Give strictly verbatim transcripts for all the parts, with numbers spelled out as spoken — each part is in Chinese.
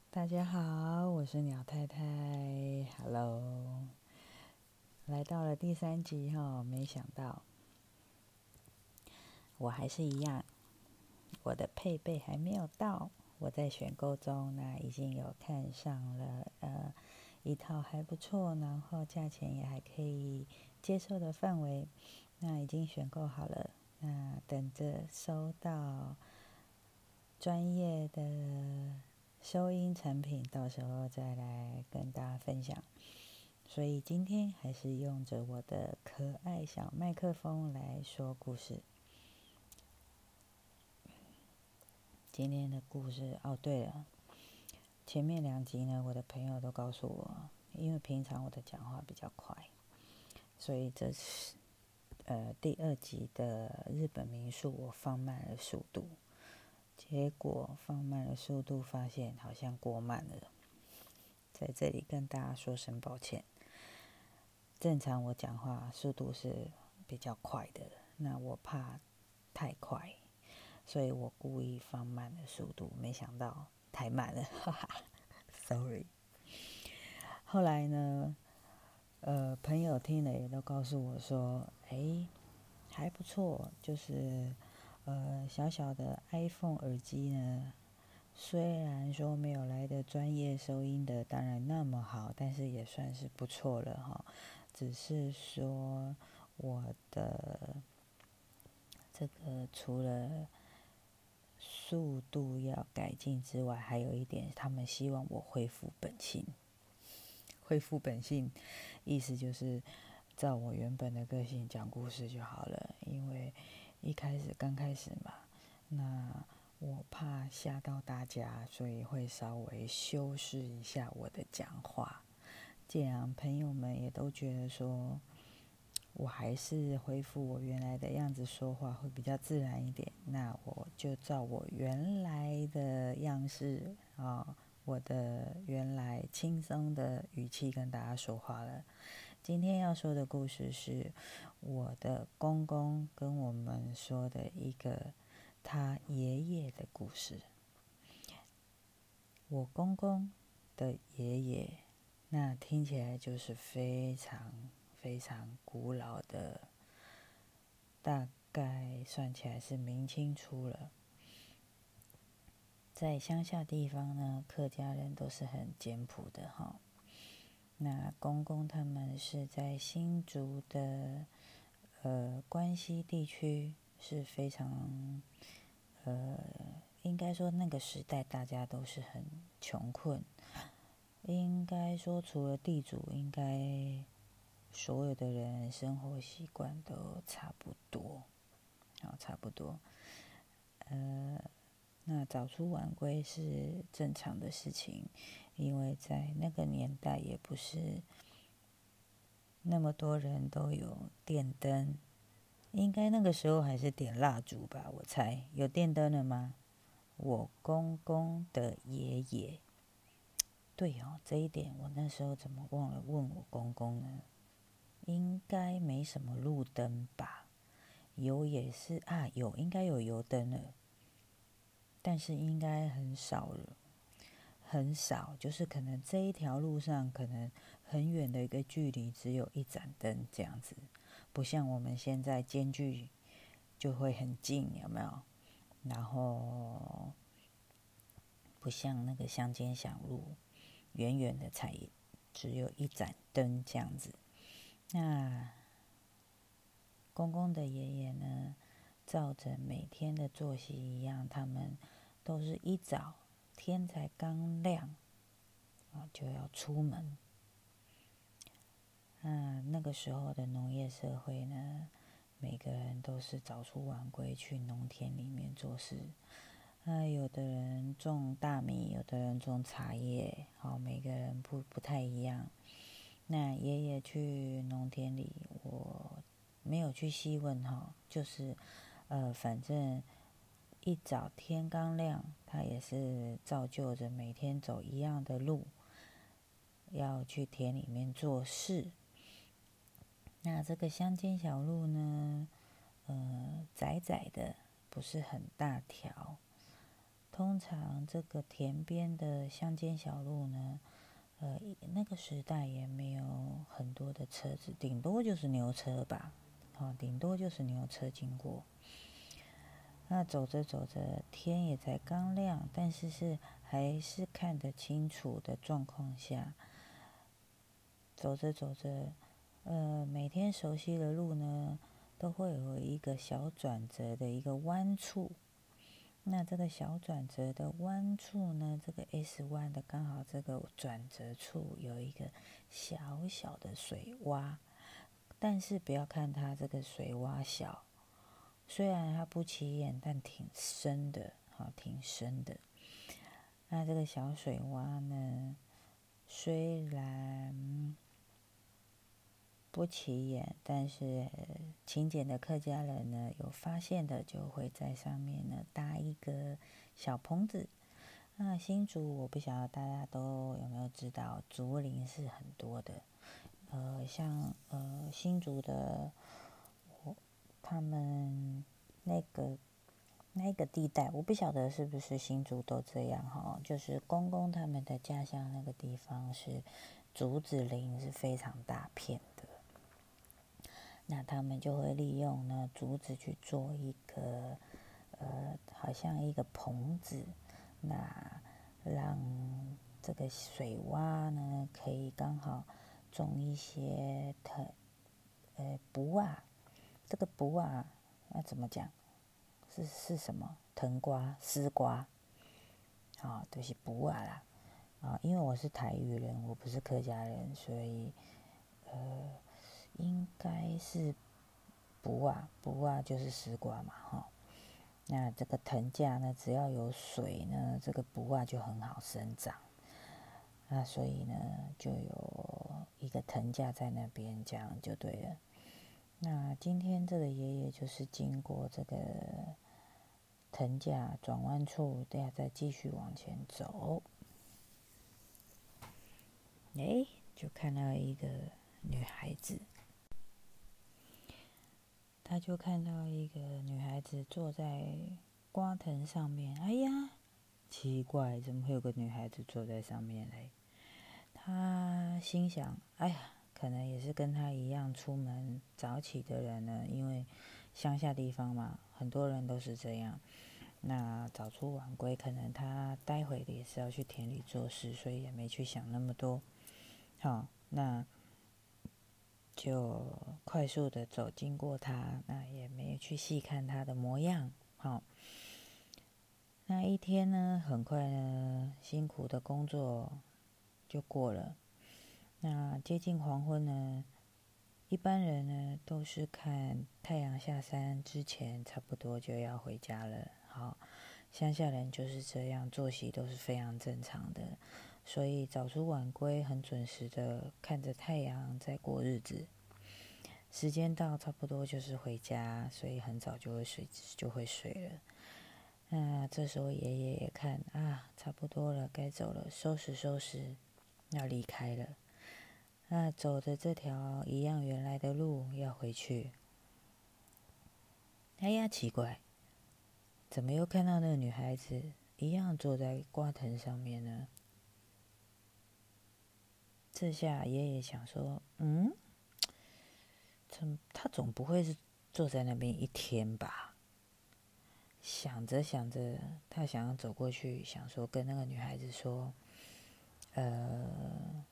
大家好，我是鸟太太 ，Hello，来到了第三集哈，没想到我还是一样，我的配备还没有到，我在选购中，那已经有看上了呃一套还不错，然后价钱也还可以接受的范围，那已经选购好了，那等着收到专业的收音产品，到时候再来跟大家分享。所以今天还是用着我的可爱小麦克风来说故事。今天的故事哦，对了，前面两集呢，我的朋友都告诉我，因为平常我的讲话比较快，所以这是呃第二集的日本民宿我放慢了速度，结果放慢了速度，发现好像过慢了，在这里跟大家说声抱歉。正常我讲话速度是比较快的，那我怕太快，所以我故意放慢了速度，没想到太慢了，哈哈 ，sorry。后来呢，呃，朋友听了也都告诉我说，哎，还不错，就是呃小小的 iPhone 耳机呢，虽然说没有来的专业收音的当然那么好，但是也算是不错了哈。只是说我的这个除了速度要改进之外，还有一点，他们希望我恢复本性。恢复本性，意思就是照我原本的个性讲故事就好了。因为一开始刚开始嘛，那我怕吓到大家，所以会稍微修饰一下我的讲话。既然朋友们也都觉得说，我还是恢复我原来的样子说话会比较自然一点，那我就照我原来的样式啊、哦，我的原来轻松的语气跟大家说话了。今天要说的故事是我的公公跟我们说的一个他爷爷的故事。我公公的爷爷，那听起来就是非常非常古老的，大概算起来是明清初了。在乡下地方呢，客家人都是很简朴的哈。那公公他们是在新竹的呃关西地区，是非常呃，应该说那个时代大家都是很穷困。应该说，除了地主，应该所有的人生活习惯都差不多，好，差不多。呃，那早出晚归是正常的事情，因为在那个年代也不是那么多人都有电灯，应该那个时候还是点蜡烛吧，我猜。有电灯了吗？我公公的爷爷。对哦，这一点我那时候怎么忘了问我公公呢？应该没什么路灯吧？有也是啊，有应该有油灯了，但是应该很少了，很少，就是可能这一条路上可能很远的一个距离只有一盏灯这样子，不像我们现在间距就会很近，有没有？然后不像那个乡间小路，远远的才只有一盏灯这样子。那公公的爷爷呢，照着每天的作息一样，他们都是一早天才刚亮啊就要出门。那那个时候的农业社会呢，每个人都是早出晚归去农田里面做事。那有的人种大米，有的人种茶叶，好，每个人不不太一样。那爷爷去农田里，我没有去细问哈，就是呃，反正一早天刚亮，他也是照旧着每天走一样的路，要去田里面做事。那这个乡间小路呢，呃，窄窄的，不是很大条。 通常这个田边的乡间小路呢，呃，那个时代也没有很多的车子，顶多就是牛车吧，哦，顶多就是牛车经过。那走着走着，天也才刚亮，但是是还是看得清楚的状况下，走着走着，呃，每天熟悉的路呢，都会有一个小转折的一个弯处。那这个小转折的弯处呢，这个 S 弯的刚好这个转折处有一个小小的水洼，但是不要看它这个水洼小，虽然它不起眼，但挺深的，好，挺深的。那这个小水洼呢，虽然不起眼，但是勤俭的客家人呢，有发现的就会在上面呢搭一个小棚子。那新竹我不晓得大家都有没有知道，竹林是很多的。呃，像呃新竹的，他们那个那个地带，我不晓得是不是新竹都这样哈，就是公公他们的家乡那个地方是竹子林是非常大片的。那他们就会利用呢竹子去做一个呃，好像一个棚子，那让这个水洼呢可以刚好种一些藤呃卜啊，这个卜啊那怎么讲？是是什么？藤瓜、丝瓜，啊、哦，就是卜啊啦。啊、哦，因为我是台语人，我不是客家人，所以呃，应该是卜啊，卜啊就是丝瓜嘛，哈、哦。那这个藤架呢，只要有水呢，这个卜啊就很好生长。那所以呢，就有一个藤架在那边，这样就对了。那今天这个爷爷就是经过这个藤架转弯处，等下再继续往前走，哎，就看到一个女孩子。他就看到一个女孩子坐在瓜藤上面，哎呀，奇怪，怎么会有个女孩子坐在上面嘞？他心想，哎呀，可能也是跟他一样出门早起的人呢，因为乡下地方嘛，很多人都是这样。那早出晚归，可能他待会的也是要去田里做事，所以也没去想那么多。好，那就快速的走经过他，那也没有去细看他的模样。好，那一天呢，很快呢，辛苦的工作就过了。那接近黄昏呢，一般人呢都是看太阳下山之前，差不多就要回家了。好，乡下人就是这样，作息都是非常正常的，所以早出晚归，很准时的看着太阳在过日子。时间到，差不多就是回家，所以很早就会睡，就会睡了。那这时候爷爷也看啊，差不多了，该走了，收拾收拾，要离开了。那走着这条一样原来的路要回去，哎呀，奇怪，怎么又看到那个女孩子一样坐在瓜藤上面呢？这下爷爷想说，嗯，他总不会是坐在那边一天吧？想着想着，他想要走过去，想说跟那个女孩子说，呃，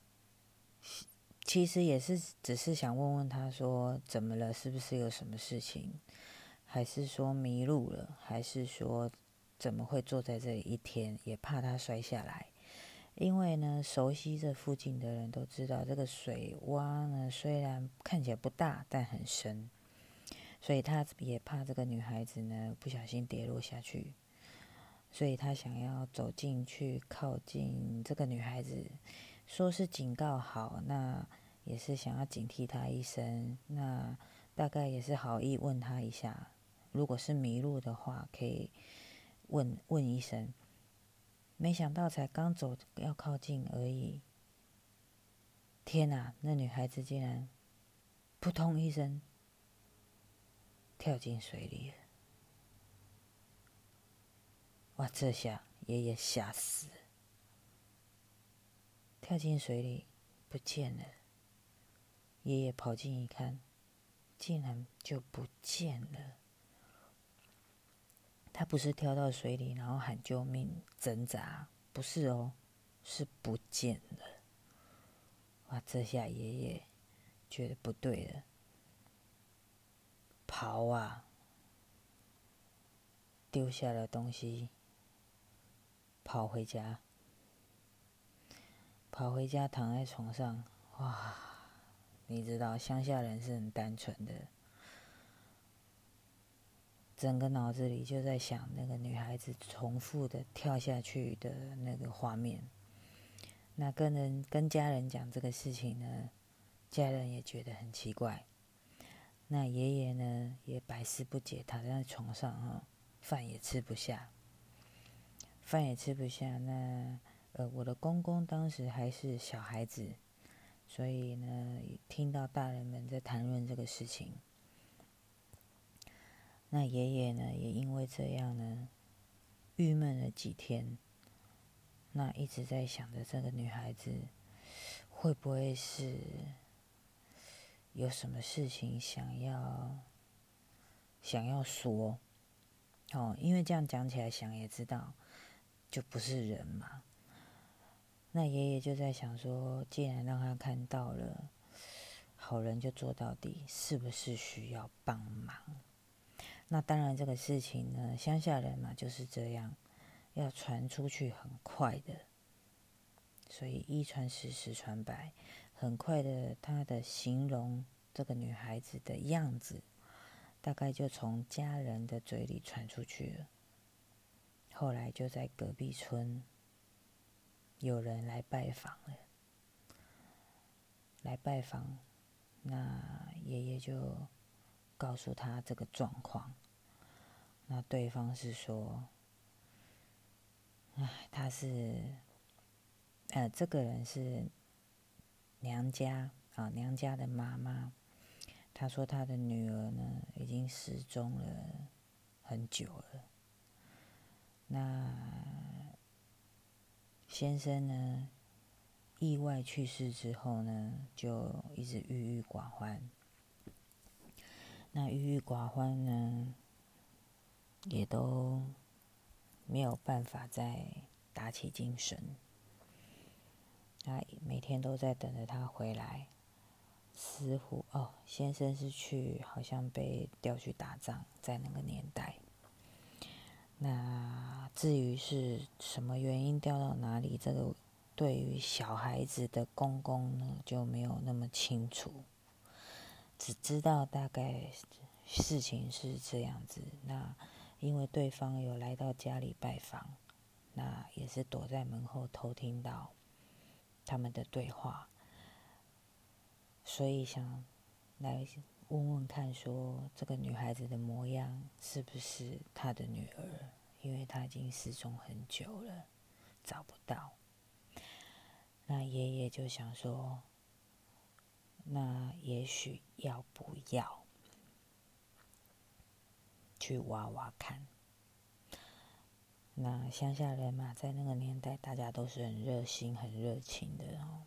其实也是只是想问问她说怎么了，是不是有什么事情，还是说迷路了，还是说怎么会坐在这里一天，也怕她摔下来。因为呢，熟悉这附近的人都知道，这个水洼呢虽然看起来不大，但很深。所以他也怕这个女孩子呢不小心跌落下去，所以他想要走进去靠近这个女孩子，说是警告好，那也是想要警惕她一声，那大概也是好意问她一下，如果是迷路的话可以问问一声。没想到才刚走要靠近而已，天哪，那女孩子竟然扑通一声跳进水里了。 哇！这下爷爷吓死了，跳进水里不见了。爷爷跑近一看，竟然就不见了。他不是跳到水里然后喊救命挣扎，不是哦，是不见了。哇！这下爷爷觉得不对了，跑啊，丢下了东西，跑回家，跑回家躺在床上。哇！你知道乡下人是很单纯的，整个脑子里就在想那个女孩子重复的跳下去的那个画面。那跟人跟家人讲这个事情呢，家人也觉得很奇怪。那爷爷呢也百思不解，躺在床上哈，饭也吃不下，饭也吃不下。那呃，我的公公当时还是小孩子，所以呢，听到大人们在谈论这个事情，那爷爷呢也因为这样呢，郁闷了几天。那一直在想着这个女孩子会不会是有什么事情想要想要说哦，因为这样讲起来想也知道，就不是人嘛。那爷爷就在想说，既然让他看到了，好人就做到底，是不是需要帮忙？那当然，这个事情呢，乡下人嘛就是这样，要传出去很快的，所以一传十，十传百，很快的，他的形容这个女孩子的样子，大概就从家人的嘴里传出去了。后来就在隔壁村，有人来拜访了，来拜访，那爷爷就告诉他这个状况。那对方是说，哎，他是，呃，这个人是娘家啊，娘家的妈妈。他说他的女儿呢，已经失踪了很久了。那先生呢，意外去世之后呢，就一直郁郁寡欢。那郁郁寡欢呢，也都没有办法再打起精神。他每天都在等着他回来。似乎哦，先生是去，好像被调去打仗，在那个年代。那至于是什么原因调到哪里，这个对于小孩子的公公呢就没有那么清楚，只知道大概事情是这样子。那因为对方有来到家里拜访，那也是躲在门后偷听到他们的对话，所以想来问问看说这个女孩子的模样是不是他的女儿，因为她已经失踪很久了，找不到。那爷爷就想说，那也许要不要去挖挖看。那乡下人嘛，在那个年代大家都是很热心很热情的哦。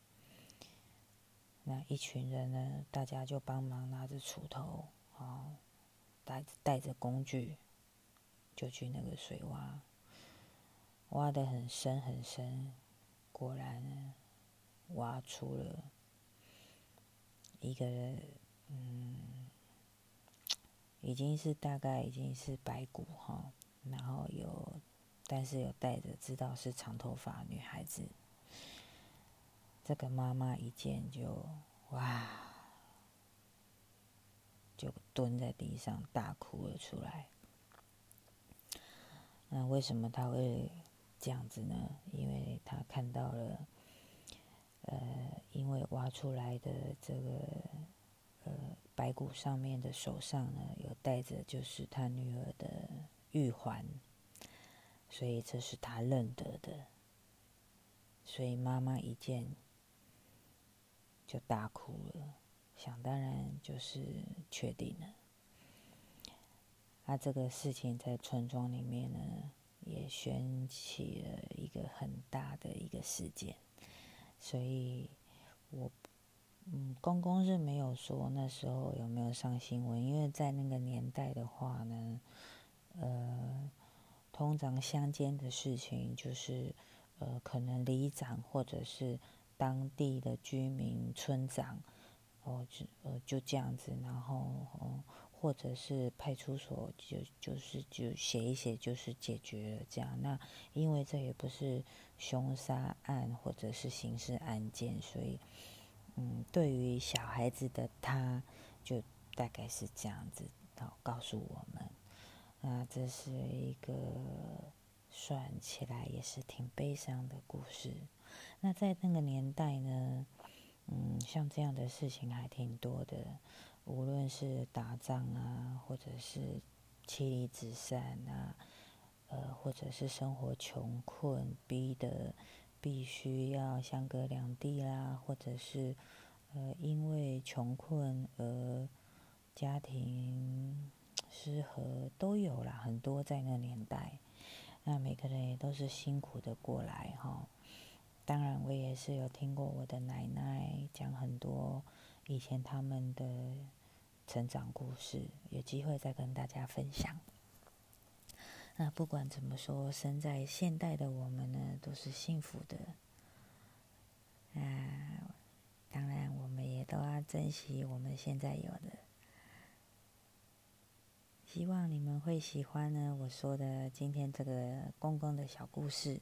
那一群人呢，大家就帮忙拿着锄头，哦，带带着工具，就去那个水洼，挖得很深很深，果然呢，挖出了一个，嗯，已经是大概已经是白骨哈，然后有，但是有带着知道是长头发女孩子。这个妈妈一见就哇，就蹲在地上大哭了出来。那为什么她会这样子呢？因为她看到了，呃，因为挖出来的这个呃白骨上面的手上呢，有戴着就是她女儿的玉环，所以这是她认得的。所以妈妈一见就大哭了，想当然就是确定了。啊，这个事情在村庄里面呢， 也掀起了一个很大的一个事件，所以我嗯，公公是没有说那时候有没有上新闻，因为在那个年代的话呢，呃，通常乡间的事情就是呃，可能里长或者是当地的居民村长，哦，就呃就这样子，然后哦，或者是派出所就就是就写一写就是解决了这样。那因为这也不是凶杀案或者是刑事案件，所以嗯，对于小孩子的他，就大概是这样子，哦，告诉我们。那这是一个算起来也是挺悲伤的故事。那在那个年代呢，嗯，像这样的事情还挺多的，无论是打仗啊，或者是妻离子散啊，呃，或者是生活穷困，逼得必须要相隔两地啦，或者是呃因为穷困而家庭失和都有啦，很多在那年代。那每个人也都是辛苦的过来哈。当然，我也是有听过我的奶奶讲很多以前他们的成长故事，有机会再跟大家分享。那不管怎么说，生在现代的我们呢，都是幸福的。那当然，我们也都要珍惜我们现在有的。希望你们会喜欢呢，我说的今天这个公公的小故事。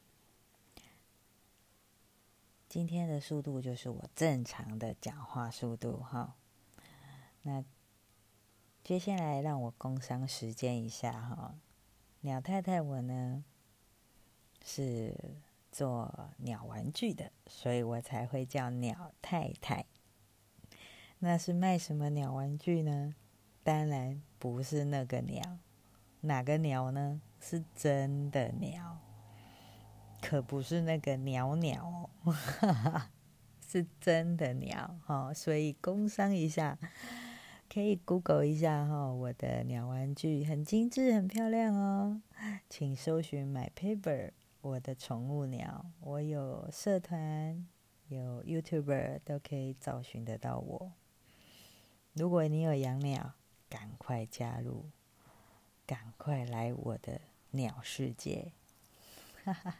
今天的速度就是我正常的讲话速度哈。那接下来让我工商时间一下哈。鸟太太我呢是做鸟玩具的，所以我才会叫鸟太太。那是卖什么鸟玩具呢？当然不是那个鸟。哪个鸟呢？是真的鸟，可不是那个鸟鸟哦，是真的鸟哈。所以工商一下，可以 Google 一下哈，我的鸟玩具很精致很漂亮哦，请搜寻 My Paper 我的宠物鸟。我有社团，有 YouTuber 都可以找寻得到我。如果你有养鸟，赶快加入，赶快来我的鸟世界，哈哈。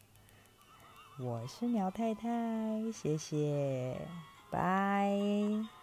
我是鸟太太，谢谢，拜。